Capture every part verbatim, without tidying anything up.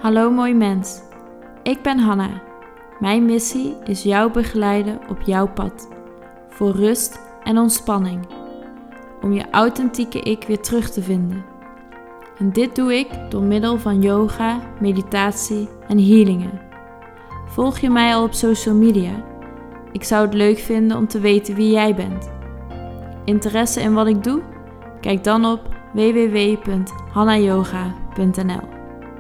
Hallo mooi mens, ik ben Hanna. Mijn missie is jou begeleiden op jouw pad, voor rust en ontspanning, om je authentieke ik weer terug te vinden. En dit doe ik door middel van yoga, meditatie en healingen. Volg je mij al op social media? Ik zou het leuk vinden om te weten wie jij bent. Interesse in wat ik doe? Kijk dan op w w w punt hanna yoga punt n l.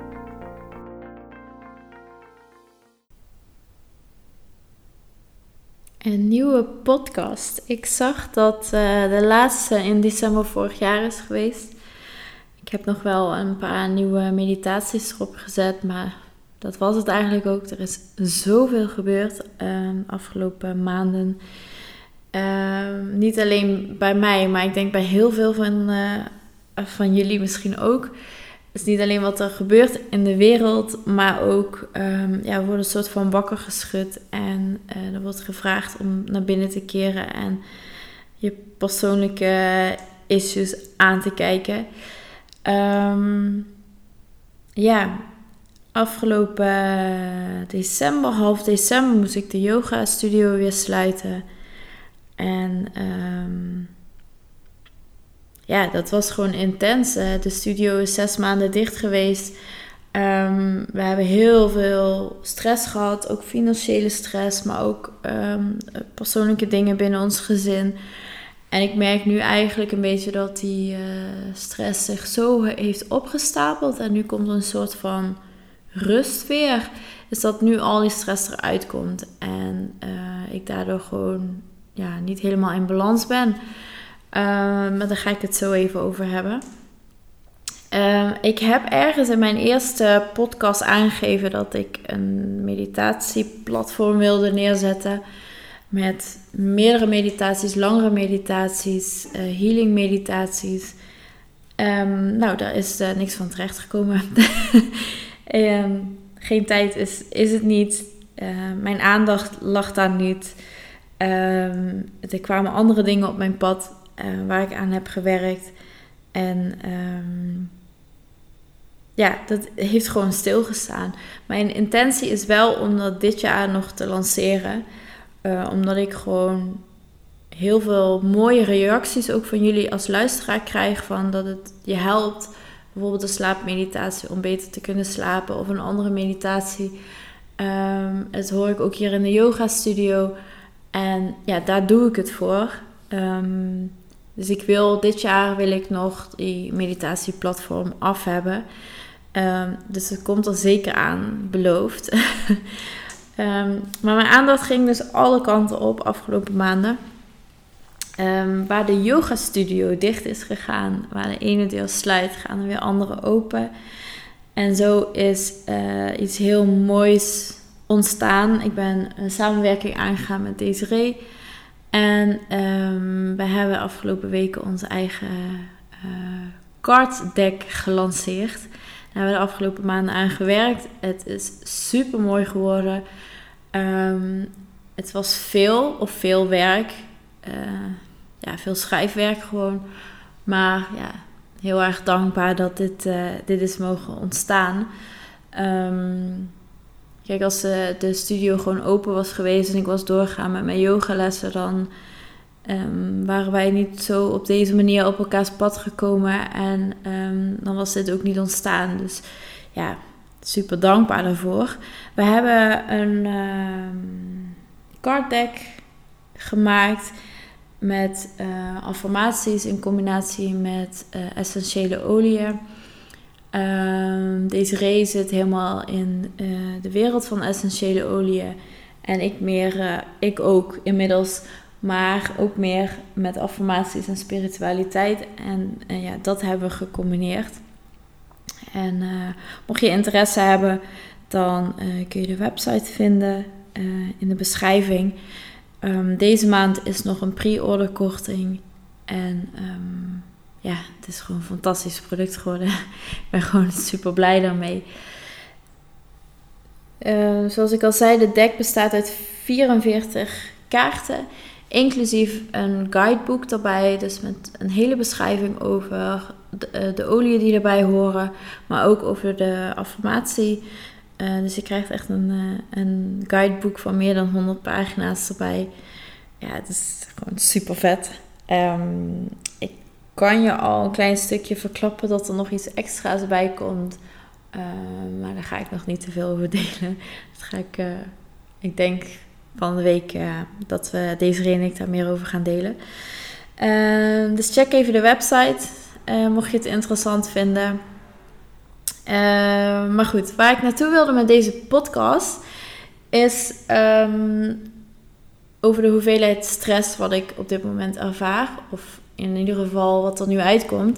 Een nieuwe podcast. Ik zag dat uh, de laatste in december vorig jaar is geweest. Ik heb nog wel een paar nieuwe meditaties erop gezet, maar dat was het eigenlijk ook. Er is zoveel gebeurd uh, de afgelopen maanden. Uh, niet alleen bij mij, maar ik denk bij heel veel van, uh, van jullie misschien ook. Het is niet alleen wat er gebeurt in de wereld, maar ook um, ja, we worden een soort van wakker geschud. En uh, er wordt gevraagd om naar binnen te keren en je persoonlijke issues aan te kijken. Um, ja, afgelopen december, half december, moest ik de yoga studio weer sluiten. En um, ja, dat was gewoon intens. De studio is zes maanden dicht geweest. Um, we hebben heel veel stress gehad. Ook financiële stress, maar ook um, persoonlijke dingen binnen ons gezin. En ik merk nu eigenlijk een beetje dat die uh, stress zich zo heeft opgestapeld. En nu komt er een soort van rust weer. Dus dat nu al die stress eruit komt. En uh, ik daardoor gewoon ja, niet helemaal in balans ben. Uh, maar daar ga ik het zo even over hebben. Uh, ik heb ergens in mijn eerste podcast aangegeven dat ik een meditatieplatform wilde neerzetten. Met meerdere meditaties, langere meditaties, uh, healing meditaties. Um, nou, daar is uh, niks van terecht gekomen. um, geen tijd is, is het niet. Uh, mijn aandacht lag daar niet. Um, er kwamen andere dingen op mijn pad. Uh, waar ik aan heb gewerkt. En um, ja, dat heeft gewoon stilgestaan. Mijn intentie is wel om dat dit jaar nog te lanceren. Uh, omdat ik gewoon heel veel mooie reacties ook van jullie als luisteraar krijg. Van dat het je helpt. Bijvoorbeeld een slaapmeditatie om beter te kunnen slapen. Of een andere meditatie. Um, dat hoor ik ook hier in de yoga studio. En ja, daar doe ik het voor. Um, Dus ik wil, dit jaar wil ik nog die meditatieplatform af hebben. Um, dus het komt er zeker aan, beloofd. um, maar mijn aandacht ging dus alle kanten op afgelopen maanden. Um, waar de yoga studio dicht is gegaan, waar de ene deur sluit, gaan er weer andere open. En zo is uh, iets heel moois ontstaan. Ik ben een samenwerking aangegaan met Desiree. En um, we hebben afgelopen weken onze eigen uh, card deck gelanceerd. Daar hebben we de afgelopen maanden aan gewerkt. Het is super mooi geworden. Um, het was veel of veel werk. Uh, ja, veel schrijfwerk gewoon. Maar ja, heel erg dankbaar dat dit, uh, dit is mogen ontstaan. Um, Kijk, als uh, de studio gewoon open was geweest en ik was doorgegaan met mijn yogalessen, dan um, waren wij niet zo op deze manier op elkaars pad gekomen. En um, dan was dit ook niet ontstaan. Dus ja, super dankbaar daarvoor. We hebben een um, card deck gemaakt met uh, affirmaties in combinatie met uh, essentiële oliën. Um, Desiree zit helemaal in uh, de wereld van essentiële oliën. En ik meer, uh, ik ook inmiddels, maar ook meer met affirmaties en spiritualiteit. En, en ja, dat hebben we gecombineerd. En uh, mocht je interesse hebben, dan uh, kun je de website vinden uh, in de beschrijving. Um, deze maand is nog een pre-order korting. En Um, ja, het is gewoon een fantastisch product geworden. Ik ben gewoon super blij daarmee. Uh, zoals ik al zei, de deck bestaat uit vierenveertig kaarten. Inclusief een guidebook erbij. Dus met een hele beschrijving over de, de oliën die erbij horen. Maar ook over de affirmatie. Uh, dus je krijgt echt een, uh, een guidebook van meer dan honderd pagina's erbij. Ja, het is gewoon super vet. Um, ik kan je al een klein stukje verklappen dat er nog iets extra's bij komt. Uh, maar daar ga ik nog niet te veel over delen. Dat ga ik, uh, ik denk van de week uh, dat we deze en ik daar meer over gaan delen. Uh, dus check even de website, uh, mocht je het interessant vinden. Uh, maar goed, waar ik naartoe wilde met deze podcast is um, over de hoeveelheid stress wat ik op dit moment ervaar. Of in ieder geval wat er nu uitkomt.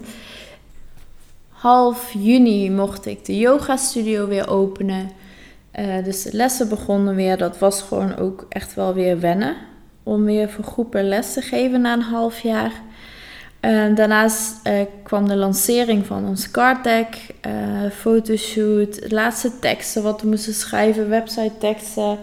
Half juni mocht ik de yoga studio weer openen. Uh, dus de lessen begonnen weer. Dat was gewoon ook echt wel weer wennen. Om weer voor groepen les te geven na een half jaar. Uh, daarnaast uh, kwam de lancering van ons card deck. Uh, fotoshoot. Laatste teksten wat we moesten schrijven. Website teksten.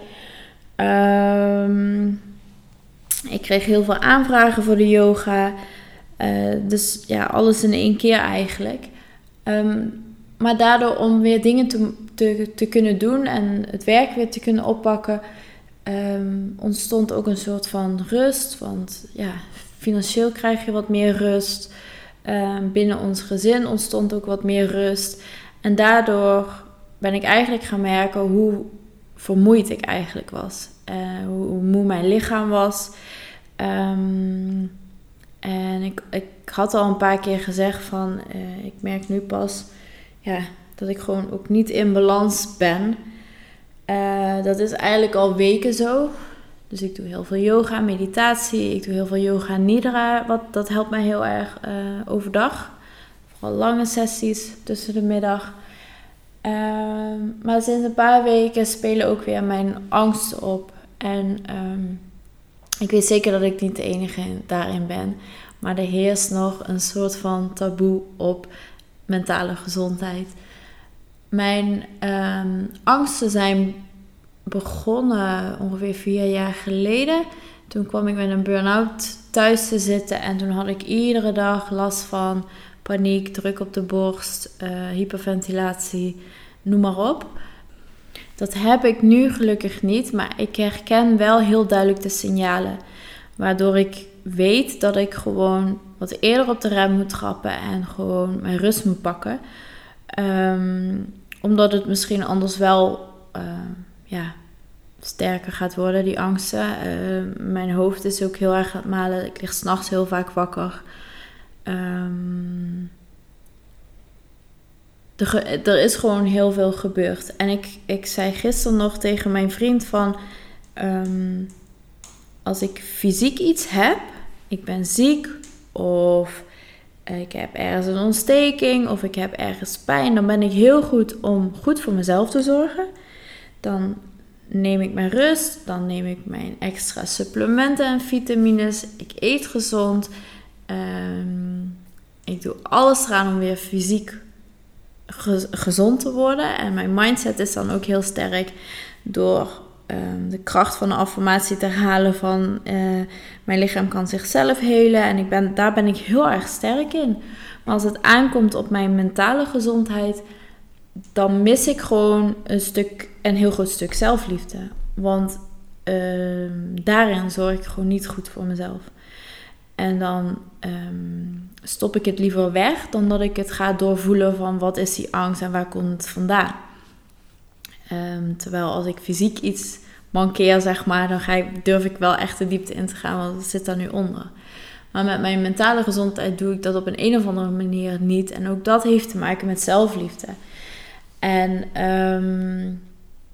Um, ik kreeg heel veel aanvragen voor de yoga. Uh, dus ja, alles in één keer eigenlijk. Um, maar daardoor om weer dingen te, te, te kunnen doen en het werk weer te kunnen oppakken, um, ontstond ook een soort van rust. Want ja, financieel krijg je wat meer rust. Um, binnen ons gezin ontstond ook wat meer rust. En daardoor ben ik eigenlijk gaan merken hoe vermoeid ik eigenlijk was. Uh, hoe, hoe moe mijn lichaam was. Um, En ik, ik had al een paar keer gezegd van, uh, ik merk nu pas ja, dat ik gewoon ook niet in balans ben. Uh, dat is eigenlijk al weken zo. Dus ik doe heel veel yoga, meditatie. Ik doe heel veel yoga nidra. Wat, dat helpt mij heel erg uh, overdag. Vooral lange sessies tussen de middag. Uh, maar sinds een paar weken spelen ook weer mijn angsten op. En um, ik weet zeker dat ik niet de enige daarin ben. Maar er heerst nog een soort van taboe op mentale gezondheid. Mijn um, angsten zijn begonnen ongeveer vier jaar geleden. Toen kwam ik met een burn-out thuis te zitten. En toen had ik iedere dag last van paniek, druk op de borst, uh, hyperventilatie, noem maar op. Dat heb ik nu gelukkig niet, maar ik herken wel heel duidelijk de signalen. Waardoor ik weet dat ik gewoon wat eerder op de rem moet trappen en gewoon mijn rust moet pakken. Um, omdat het misschien anders wel uh, ja, sterker gaat worden, die angsten. Uh, mijn hoofd is ook heel erg aan het malen. Ik lig 's nachts heel vaak wakker. Um, Er, er is gewoon heel veel gebeurd. En ik, ik zei gisteren nog tegen mijn vriend van, Um, als ik fysiek iets heb, ik ben ziek of ik heb ergens een ontsteking of ik heb ergens pijn, dan ben ik heel goed om goed voor mezelf te zorgen. Dan neem ik mijn rust, dan neem ik mijn extra supplementen en vitamines. Ik eet gezond. Um, ik doe alles eraan om weer fysiek gezond te worden. En mijn mindset is dan ook heel sterk door um, de kracht van de affirmatie te herhalen van uh, mijn lichaam kan zichzelf helen. En ik ben, daar ben ik heel erg sterk in. Maar als het aankomt op mijn mentale gezondheid, dan mis ik gewoon een stuk, een heel groot stuk zelfliefde. Want uh, daarin zorg ik gewoon niet goed voor mezelf. En dan um, stop ik het liever weg dan dat ik het ga doorvoelen van wat is die angst en waar komt het vandaan. Um, terwijl als ik fysiek iets mankeer, zeg maar, dan ga ik, durf ik wel echt de diepte in te gaan, want het zit daar nu onder. Maar met mijn mentale gezondheid doe ik dat op een, een of andere manier niet. En ook dat heeft te maken met zelfliefde. En um,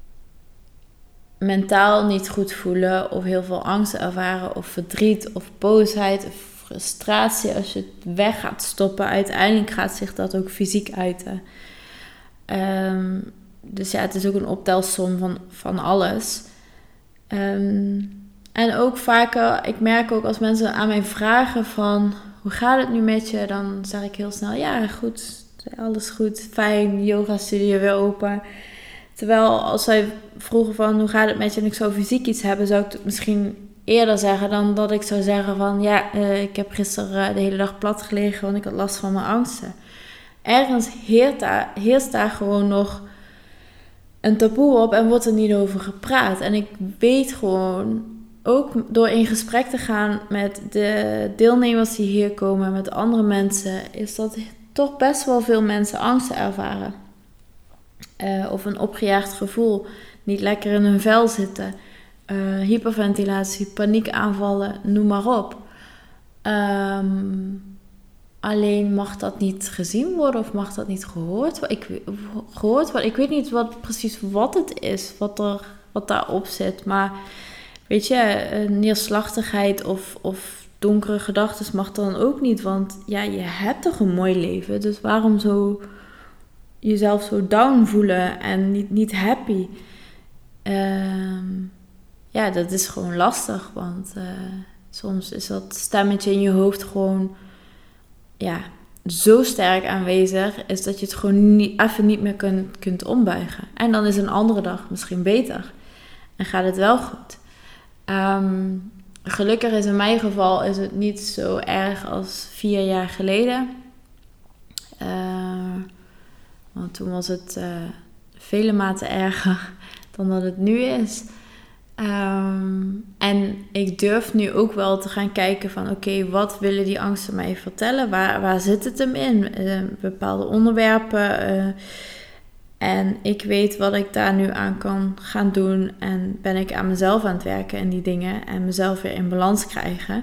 mentaal niet goed voelen of heel veel angst ervaren of verdriet of boosheid of frustratie. Als je het weg gaat stoppen, uiteindelijk gaat zich dat ook fysiek uiten. Um, dus ja, het is ook een optelsom van, van alles. Um, en ook vaker, ik merk ook als mensen aan mij vragen van hoe gaat het nu met je? Dan zeg ik heel snel, ja goed, alles goed, fijn, yoga studio weer open. Terwijl als zij vroegen van hoe gaat het met je en ik zou fysiek iets hebben, zou ik het misschien eerder zeggen dan dat ik zou zeggen van ja, uh, ik heb gisteren de hele dag plat gelegen, want ik had last van mijn angsten. Ergens heerst daar, heerst daar gewoon nog een taboe op en wordt er niet over gepraat. En ik weet gewoon, ook door in gesprek te gaan met de deelnemers die hier komen, met andere mensen, is dat toch best wel veel mensen angsten ervaren. Uh, of een opgejaagd gevoel, niet lekker in hun vel zitten, uh, hyperventilatie, paniekaanvallen, noem maar op. Um, alleen mag dat niet gezien worden of mag dat niet gehoord worden? Ik, gehoord worden? Ik weet niet wat, precies wat het is, wat, er, wat daarop zit. Maar weet je, neerslachtigheid of, of donkere gedachten mag dan ook niet. Want ja, je hebt toch een mooi leven. Dus waarom zo jezelf zo down voelen en niet, niet happy? Um, ja, dat is gewoon lastig. Want uh, soms is dat stemmetje in je hoofd gewoon ja, zo sterk aanwezig, is dat je het gewoon niet, even niet meer kunt, kunt ombuigen. En dan is een andere dag misschien beter. En gaat het wel goed. Um, gelukkig is in mijn geval is het niet zo erg als vier jaar geleden. Uh, want toen was het uh, vele maten erger dan dat het nu is. Um, en ik durf nu ook wel te gaan kijken van oké, okay, wat willen die angsten mij vertellen? Waar, waar zit het hem in? Uh, bepaalde onderwerpen. Uh, en ik weet wat ik daar nu aan kan gaan doen. En ben ik aan mezelf aan het werken in die dingen. En mezelf weer in balans krijgen.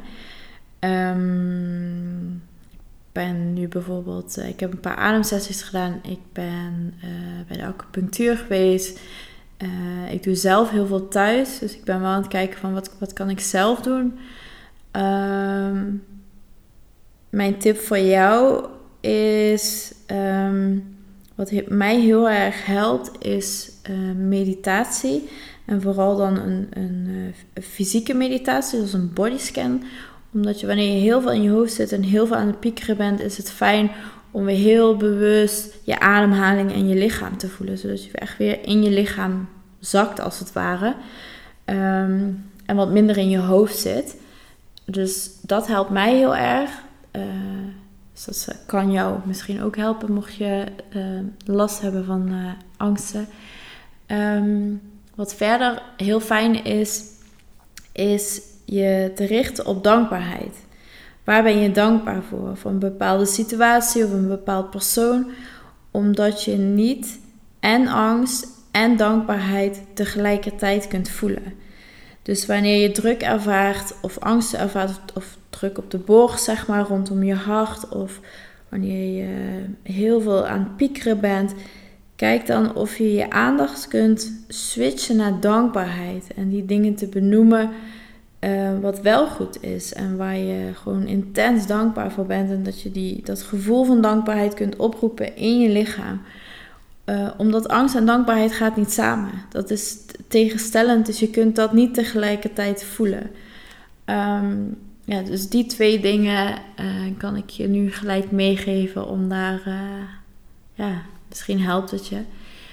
Um, ik ben nu bijvoorbeeld, uh, ik heb een paar ademsessies gedaan. Ik ben uh, bij de acupunctuur geweest. Uh, ik doe zelf heel veel thuis. Dus ik ben wel aan het kijken van wat, wat kan ik zelf doen. Um, mijn tip voor jou is, um, wat he- mij heel erg helpt, is uh, meditatie. En vooral dan een, een, een fysieke meditatie, dus een bodyscan. Omdat je wanneer je heel veel in je hoofd zit en heel veel aan het piekeren bent, is het fijn om weer heel bewust je ademhaling en je lichaam te voelen. Zodat je echt weer in je lichaam zakt als het ware. Um, en wat minder in je hoofd zit. Dus dat helpt mij heel erg. Uh, dus dat kan jou misschien ook helpen mocht je uh, last hebben van uh, angsten. Um, wat verder heel fijn is, is je te richten op dankbaarheid. Waar ben je dankbaar voor? Voor een bepaalde situatie of een bepaald persoon. Omdat je niet en angst en dankbaarheid tegelijkertijd kunt voelen. Dus wanneer je druk ervaart of angst ervaart of druk op de borst, zeg maar, rondom je hart. Of wanneer je heel veel aan het piekeren bent. Kijk dan of je je aandacht kunt switchen naar dankbaarheid. En die dingen te benoemen uh, wat wel goed is. En waar je gewoon intens dankbaar voor bent. En dat je die, dat gevoel van dankbaarheid kunt oproepen in je lichaam. Uh, omdat angst en dankbaarheid gaat niet samen. Dat is tegenstellend, dus je kunt dat niet tegelijkertijd voelen. Um, ja, dus die twee dingen uh, kan ik je nu gelijk meegeven om daar... Uh, ja, misschien helpt het je.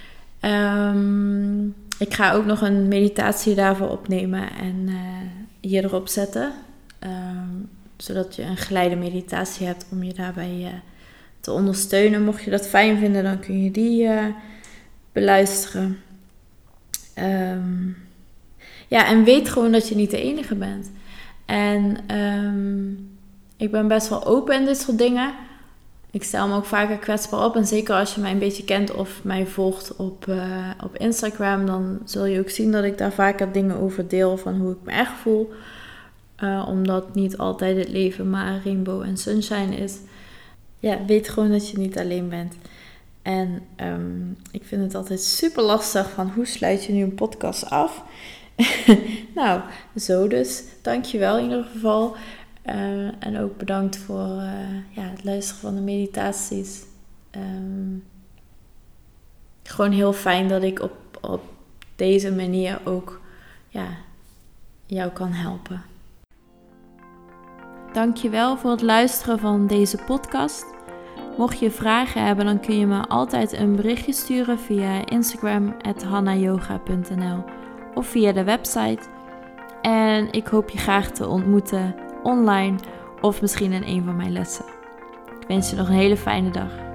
Um, ik ga ook nog een meditatie daarvoor opnemen en uh, hier erop zetten. Um, zodat je een geleide meditatie hebt om je daarbij... Uh, te ondersteunen. Mocht je dat fijn vinden, dan kun je die uh, beluisteren. Um, ja, en weet gewoon dat je niet de enige bent. En um, ik ben best wel open in dit soort dingen. Ik stel me ook vaker kwetsbaar op. En zeker als je mij een beetje kent of mij volgt op, uh, op Instagram, dan zul je ook zien dat ik daar vaker dingen over deel van hoe ik me echt voel. Uh, omdat niet altijd het leven maar rainbow en sunshine is. Ja, weet gewoon dat je niet alleen bent. En um, ik vind het altijd super lastig van hoe sluit je nu een podcast af? Nou, zo dus. Dankjewel in ieder geval. Uh, en ook bedankt voor uh, ja, het luisteren van de meditaties. Um, gewoon heel fijn dat ik op, op deze manier ook ja, jou kan helpen. Dankjewel voor het luisteren van deze podcast. Mocht je vragen hebben, dan kun je me altijd een berichtje sturen via Instagram at hannayoga punt n l of via de website. En ik hoop je graag te ontmoeten online of misschien in een van mijn lessen. Ik wens je nog een hele fijne dag.